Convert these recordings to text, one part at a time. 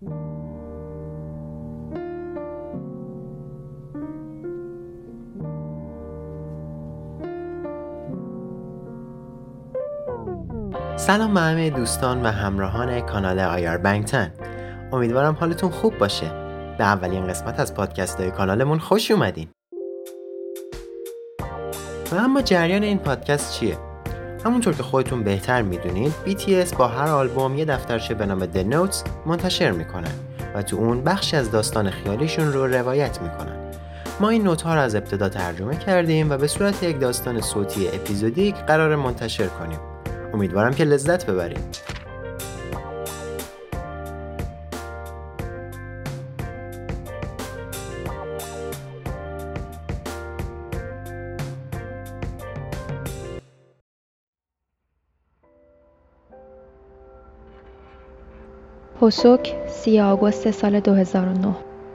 سلام به همه دوستان و همراهان کانال آیار بنگتن. امیدوارم حالتون خوب باشه. به اولین قسمت از پادکست های کانالمون خوش اومدین. و اما جریان این پادکست چیه؟ همونطور که خودتون بهتر میدونید BTS با هر آلبوم یه دفترچه به نام The Notes منتشر میکنن و تو اون بخشی از داستان خیالیشون رو روایت میکنن. ما این نوت‌ها رو از ابتدا ترجمه کردیم و به صورت یک داستان صوتی اپیزودیک قرار منتشر کنیم. امیدوارم که لذت ببرید. هوسوک 30 آگوست سال 2009.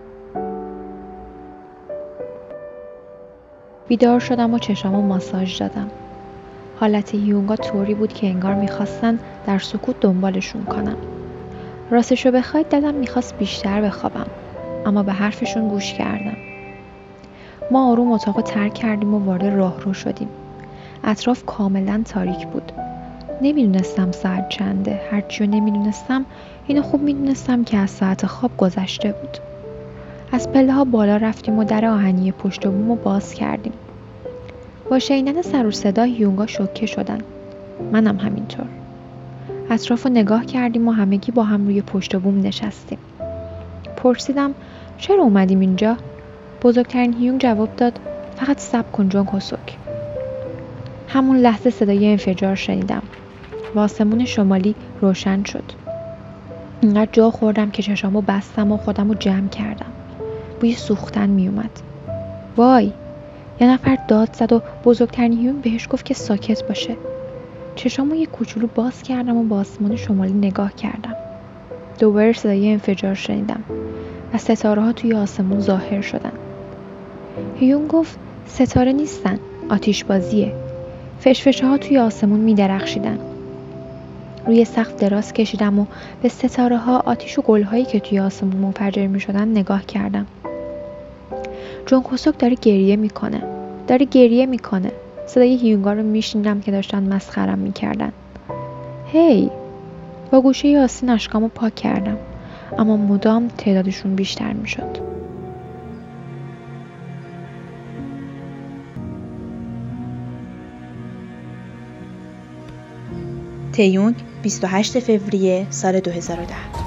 بیدار شدم و چشامو ماساژ دادم. حالت هیونگا طوری بود که انگار میخواستن در سکوت دنبالشون کنم. راستشو بخواید دلم میخواست بیشتر بخوابم، اما به حرفشون گوش کردم. ما آروم اتاقو ترک کردیم و وارد راهرو شدیم. اطراف کاملا تاریک بود. نمیدونستم ساعت چنده. هرچیو نمیدونستم اینو خوب میدونستم که از ساعت خواب گذشته بود. از پله ها بالا رفتیم و در آهنی پشت بومو باز کردیم. با شنیدن سر و صدا هیونگا شوکه شدن. منم همینطور. اطرافو نگاه کردیم و همگی با هم روی پشت بوم نشستیم. پرسیدم چرا اومدیم اینجا؟ بزرگترین هیونگ جواب داد فقط صبر کن جونگ هوسوک. همون لحظه صدای انفجار شنیدم و آسمون شمالی روشن شد. اینقدر جا خوردم که چشامو بستم و خودمو جمع کردم. بوی سوختن می اومد. وای! یه نفر داد زد و بزرگترین هیونگ بهش گفت که ساکت باشه. چشامو یه کوچولو باز کردم و با آسمون شمالی نگاه کردم. دوباره صدای انفجار شنیدم و ستاره ها توی آسمون ظاهر شدن. هیونگ گفت ستاره نیستن، آتیش بازیه. فشفشه ها توی آسمون می درخشیدن. روی سقف دراز کشیدم و به ستاره ها، آتیش و گل هایی که توی آسمون منفجر می شدن نگاه کردم. جونگ هوسوک داره گریه میکنه. صدای هیونگا رو میشنیدم که داشتن مسخرم میکردن. هی! با گوشه آستین اشکامو پاک کردم، اما مدام تعدادشون بیشتر میشد. تیونگ 28 فوریه سال 2010.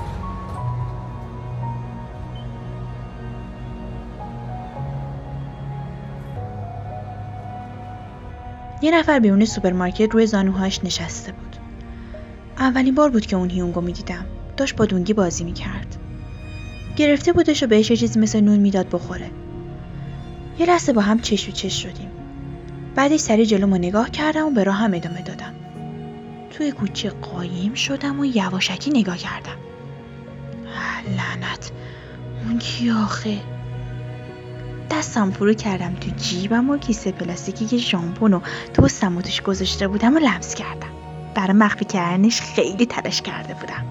یه نفر بیرون سوپرمارکت روی زانوهاش نشسته بود. اولین بار بود که اون هیونگو میدیدم. داشت با دونگی بازی میکرد. گرفته بودش و بهش یه چیزی مثل نون میداد بخوره. یه لحظه با هم چش و چش شدیم. بعدش سری جلومو نگاه کردم و به راهم ادامه دادم. توی کوچه قایم شدم و یواشکی نگاه کردم. لعنت، اون کی آخه؟ دستم فرو کردم تو جیبم و کیسه پلاستیکی که ژامبون و توستم توش گذاشته بودم و لمس کردم. برای مخفی کردنش خیلی تلاش کرده بودم.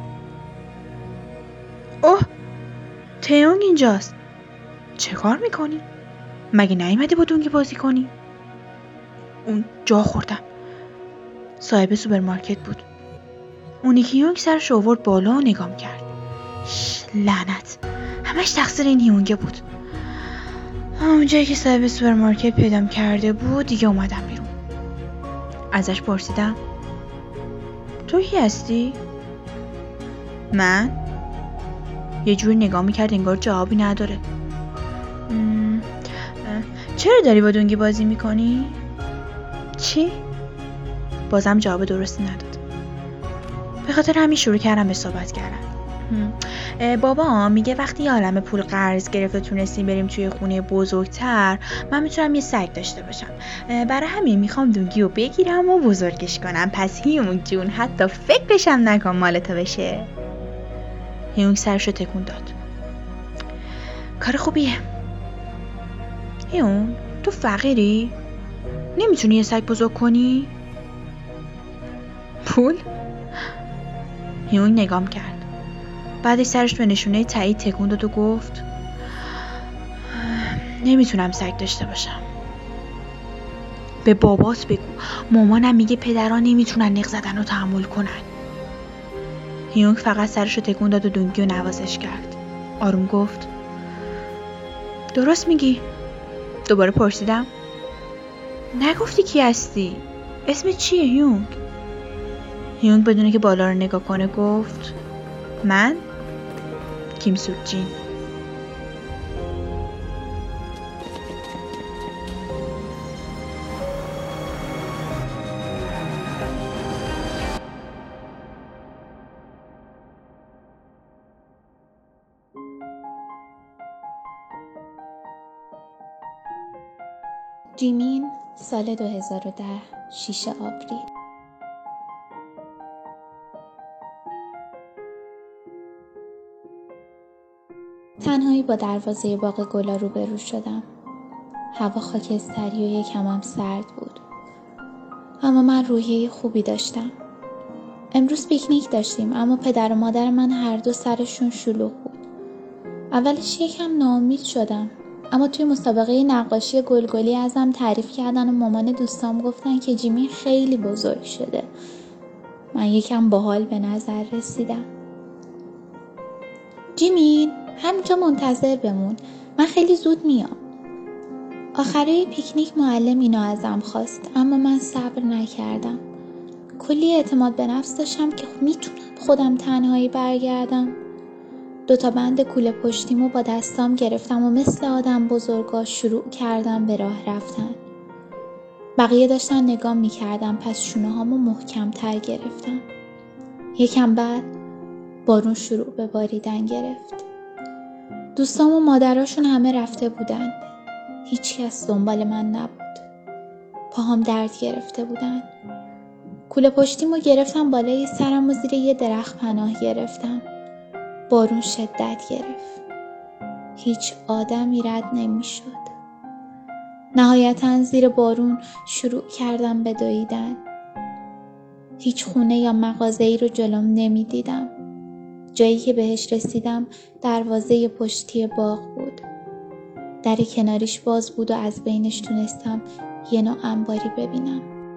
اوه، تیونگ اینجاست. چه کار میکنی؟ مگه نیومدی با دونگی بازی کنی؟ اون جا خوردم. صاحب سوپرمارکت بود. اون یکی هیونگ سرش آورد بالا و نگام کرد. لعنت، همش تقصیر این هیونگه بود. اونجایی که صاحب سوپرمارکت پیدام کرده بود دیگه اومدم بیرون. ازش پرسیدم تو کی هستی؟ من؟ یه جوری نگاه میکرد انگار جوابی نداره. چرا داری با دونگی بازی میکنی؟ چی؟ بازم جواب درستی نداد. به خاطر همین شروع کردم به صحبت کردن. بابا میگه وقتی یه عالمه پول قرض گرفت و تونستیم بریم توی خونه بزرگتر، من میتونم یه سگ داشته باشم. برای همین میخوام دونگی رو بگیرم و بزرگش کنم. پس هیونگ جون حتی فکرشم نکن مال تو بشه. هیونگ سرشو تکون داد. کار خوبیه. هیونگ تو فقیری؟ نمیتونی یه سگ بزرگ کنی؟ پول؟ هیونگ نگام کرد. بعدش سرش به نشونه تایید تکون داد و گفت نمیتونم سگ داشته باشم. به بابات بگو. مامانم میگه پدرها نمیتونن نق زدن رو تحمل کنن. هیونگ فقط سرش رو تکون داد و دونگی رو نوازش کرد. آروم گفت درست میگی. دوباره پرسیدم نگفتی کی هستی؟ اسمت چیه هیونگ؟ هیونگ بدونه که بالا رو نگاه کنه گفت من کیم سوک جین. جیمین سال 2010 6 آوریل. تنهایی با دروازه باغ گلا روبرو شدم. هوا خاکستری و یکم هم سرد بود. اما من روحیه خوبی داشتم. امروز پیکنیک داشتیم اما پدر و مادر من هر دو سرشون شلوغ بود. اولش یکم ناامید شدم. اما توی مسابقه نقاشی گلگلی ازم تعریف کردن و مامان دوستام گفتن که جیمین خیلی بزرگ شده. من یکم باحال به نظر رسیدم. جیمین همینجا منتظر بمون، من خیلی زود میام. آخرای پیکنیک معلم اینو ازم خواست اما من صبر نکردم. کلی اعتماد به نفس داشتم که میتونم خودم تنهایی برگردم. 2 بند کوله پشتیمو با دستام گرفتم و مثل آدم بزرگا شروع کردم به راه رفتن. بقیه داشتن نگاه میکردم پس شونه هامو محکم تر گرفتم. یکم بعد بارون شروع به باریدن گرفت. دوستام و مادراشون همه رفته بودن. هیچ کس دنبال من نبود. پاهام درد گرفته بودن. کوله پشتیمو گرفتم بالای سرم و زیر یه درخت پناه گرفتم. بارون شدت گرفت. هیچ آدمی رد نمیشد. نهایتاً زیر بارون شروع کردم به دویدن. هیچ خونه یا مغازه‌ای رو جلوم نمیدیدم. جایی که بهش رسیدم دروازه پشتی باغ بود. در کناریش باز بود و از بینش تونستم یه نوع انباری ببینم.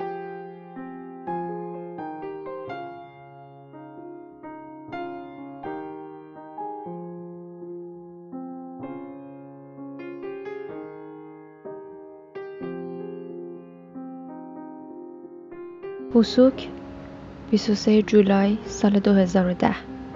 هوسوک 23 جولای سال 2010.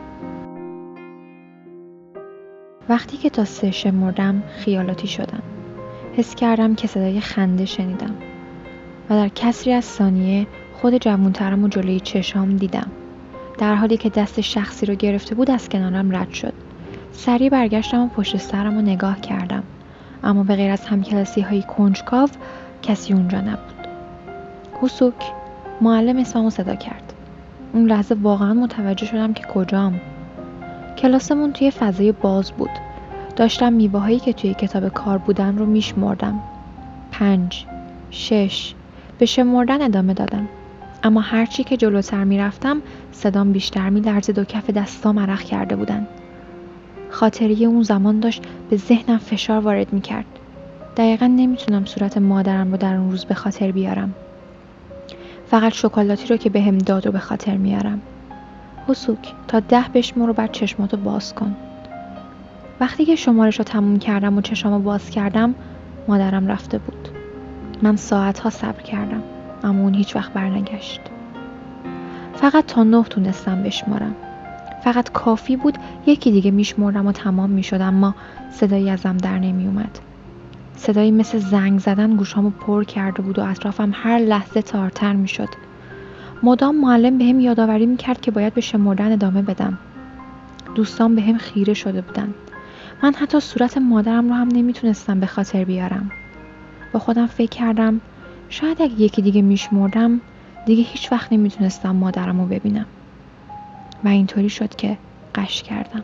وقتی که تا 3 شمردم خیالاتی شدم. حس کردم که صدای خنده شنیدم و در کسری از ثانیه خود جوانترم و جلوی چشام دیدم. در حالی که دست شخصی رو گرفته بود از کنارم رد شد. سریع برگشتم و پشت سرم رو نگاه کردم. اما به غیر از همکلاسی های کنجکاو کسی اونجا نبود. هوسوک معلم اسممو صدا کرد. اون لحظه واقعا متوجه شدم که کجام. کلاسمون توی فضای باز بود. داشتم میوه‌هایی که توی کتاب کار بودن رو میشمردم. 5 6 به شمردن ادامه دادم. اما هرچی که جلوتر میرفتم صدام بیشتر میلرزید و کف دستام عرق کرده بودن. خاطره اون زمان داشت به ذهنم فشار وارد میکرد. دقیقا نمیتونم صورت مادرم رو در اون روز به خاطر بیارم. فقط شکلاتی رو که بهم داد رو به خاطر میارم. هوسوک تا 10 بشمر و بعد چشماتو باز کن. وقتی که شمارش رو تموم کردم و چشامو باز کردم مادرم رفته بود. من ساعتها صبر کردم اما اون هیچ وقت برنگشت. فقط تا 9 تونستم بشمارم. فقط کافی بود یکی دیگه میشمردم و تمام میشد اما صدایی ازم در نمی اومد. صدایی مثل زنگ زدن گوشامو پر کرده بود و اطرافم هر لحظه تارتر میشد. مدام معلم بهم یادآوری میکرد که باید به شمردن ادامه بدم. دوستان بهم خیره شده بودن. من حتی صورت مادرم رو هم نمیتونستم به خاطر بیارم. با خودم فکر کردم شاید اگه یکی دیگه میشمردم دیگه هیچ وقت نمیتونستم مادرم رو ببینم. و اینطوری شد که غش کردم.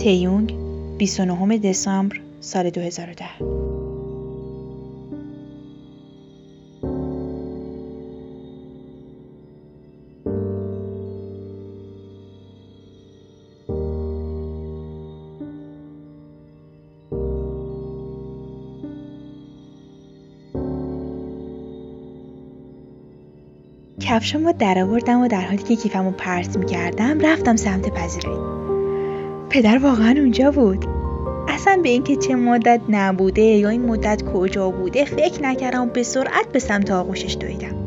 تیونگ 29 دسامبر سال 2010. کفشامو در آوردم و در حالی که کیفمو پرت می‌کردم رفتم سمت پذیرایی. پدر واقعا اونجا بود. اصلا به اینکه چه مدت نبوده یا این مدت کجا بوده فکر نکردم و به سرعت به سمت آغوشش دویدم.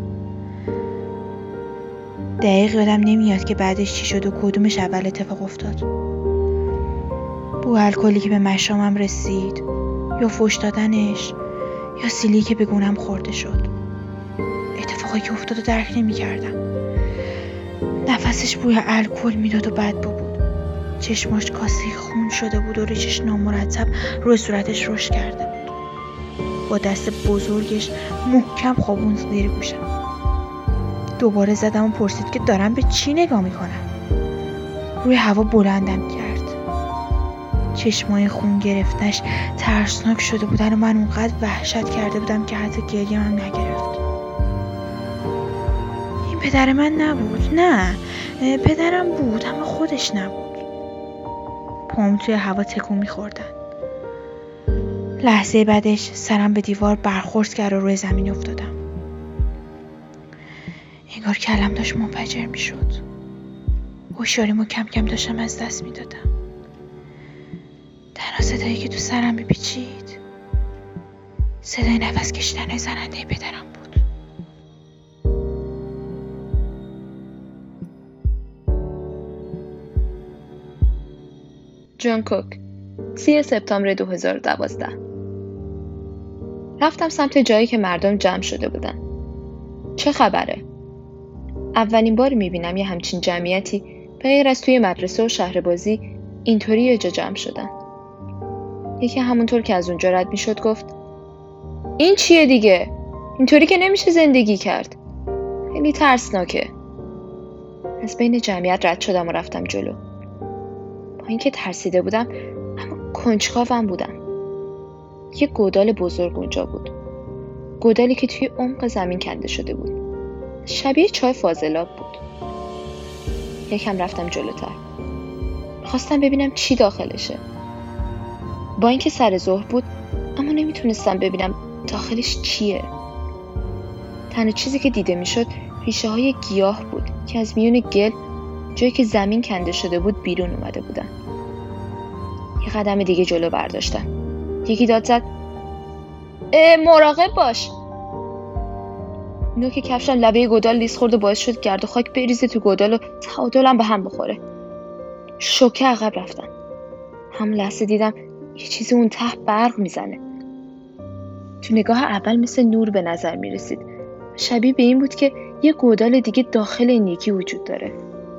دقیق یادم نمیاد که بعدش چی شد و کدومش اول اتفاق افتاد. بو الکلی که به مشامم رسید یا فحش دادنش یا سیلی که به گونم خورده شد. اتفاقی که افتاد و درک نمی‌کردم. نفسش بوی الکل میداد و بدبو بود. چشماش کاسه خون شده بود و ریشش نامرتب روی صورتش رشد کرده بود. با دست بزرگش محکم خوابون زیر گوشم. دوباره زدم و پرسید که دارم به چی نگاه میکنم. روی هوا بلندم کرد. چشمای خون گرفتش ترسناک شده بودن و من اونقدر وحشت کرده بودم که حتی گریه هم نگرفت. این پدر من نبود. نه، پدرم بود اما خودش نبود. پام توی هوا تکون میخوردن. لحظه بعدش سرم به دیوار برخورد کرد و روی زمین افتادم. انگار کلم داشت منفجر میشد. هوشیاریمو کم کم داشتم از دست میدادم. تنها صدایی که تو سرم میپیچید صدای نفس کشیدن زننده پدرم بود. جونگکوک 30 سپتامبر 2012. رفتم سمت جایی که مردم جمع شده بودن. چه خبره؟ اولین بار میبینم یه همچین جمعیتی به غیر از توی مدرسه و شهر بازی اینطوری یه جا جمع شدن. یکی همونطور که از اونجا رد میشد گفت این چیه دیگه؟ اینطوری که نمیشه زندگی کرد. خیلی ترسناکه. از بین جمعیت رد شدم و رفتم جلو. با اینکه ترسیده بودم اما کنجکاوم بودم. یه گودال بزرگ اونجا بود. گودالی که توی عمق زمین کنده شده بود. شبیه چای فاضلاب بود. یکم رفتم جلوتر. خواستم ببینم چی داخلشه. با اینکه سر ظهر بود اما نمیتونستم ببینم داخلش چیه. تنها چیزی که دیده میشد ریشه های گیاه بود که از میون گل جایی که زمین کنده شده بود بیرون اومده بودن. یه قدم دیگه جلو برداشتم. یکی داد زد مراقب باش. نوک کفشم لبه گودال لیز خورد و باعث شد گرد و خاک بریزه تو گودال و تعادلم به هم بخوره. شوکه عقب رفتم. همون لحظه دیدم یه چیزی اون ته برق میزنه. تو نگاه اول مثل نور به نظر میرسید. شبیه به این بود که یه گودال دیگه داخل این یکی وجود داره.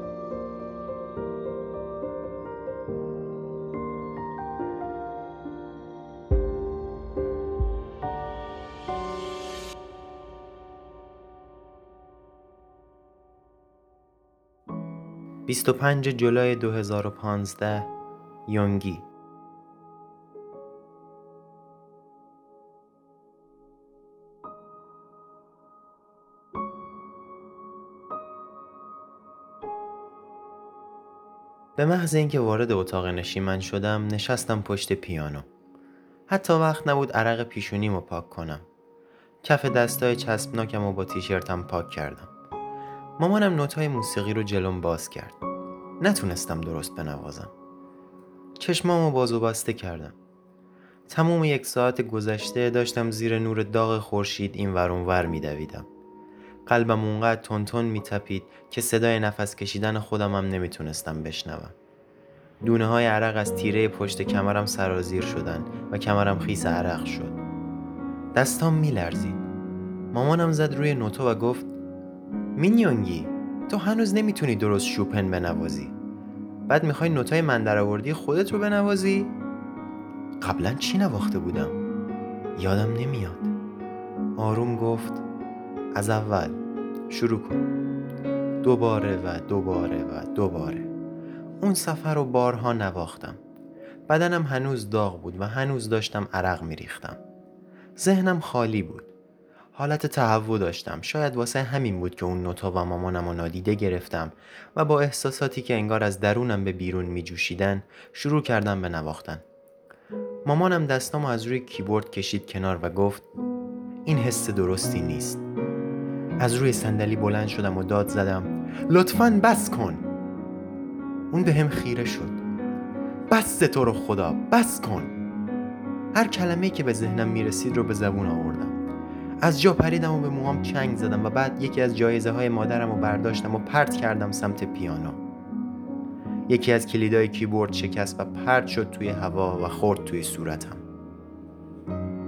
– 25 جولای 2015 یونگی. به محض اینکه وارد اتاق نشیمن شدم نشستم پشت پیانو. حتی وقت نبود عرق پیشونیمو پاک کنم. کف دستای چسبناکمو با تیشرتم پاک کردم. مامانم نوت‌های موسیقی رو جلوم باز کرد. نتونستم درست بنوازم. چشمامو باز و بسته کردم. تمام 1 ساعت گذشته داشتم زیر نور داغ خورشید این ور اون ور می‌دویدم. قلبم اونقدر تون می‌تپید که صدای نفس کشیدن خودم هم نمیتونستم بشنوم. دونه‌های عرق از تیره پشت کمرم سرازیر شدن و کمرم خیس عرق شد. دستام میلرزید. مامانم زد روی نوتو و گفت مینیونگی تو هنوز نمیتونی درست شوپن بنوازی. بعد میخوای نوتای من درآوردی خودت رو بنوازی؟ قبلا چی نواخته بودم؟ یادم نمیاد. آروم گفت از اول شروع کن. دوباره و دوباره و دوباره. اون سفر رو بارها نواختم. بدنم هنوز داغ بود و هنوز داشتم عرق میریختم. ذهنم خالی بود. حالت تهوع داشتم. شاید واسه همین بود که اون نوتا و مامانم رو نادیده گرفتم و با احساساتی که انگار از درونم به بیرون می جوشیدن شروع کردم به نواختن. مامانم دستامو از روی کیبورد کشید کنار و گفت این حس درستی نیست. از روی صندلی بلند شدم و داد زدم لطفاً بس کن. اون به هم خیره شد. بس تو رو خدا، بس کن. هر کلمه‌ای که به ذهنم میرسید رو به زبون آوردم. از جا پریدم و به موهام چنگ زدم و بعد یکی از جایزه های مادرم رو برداشتم و پرت کردم سمت پیانو. یکی از کلیدای کیبورد شکست و پرت شد توی هوا و خورد توی صورتم.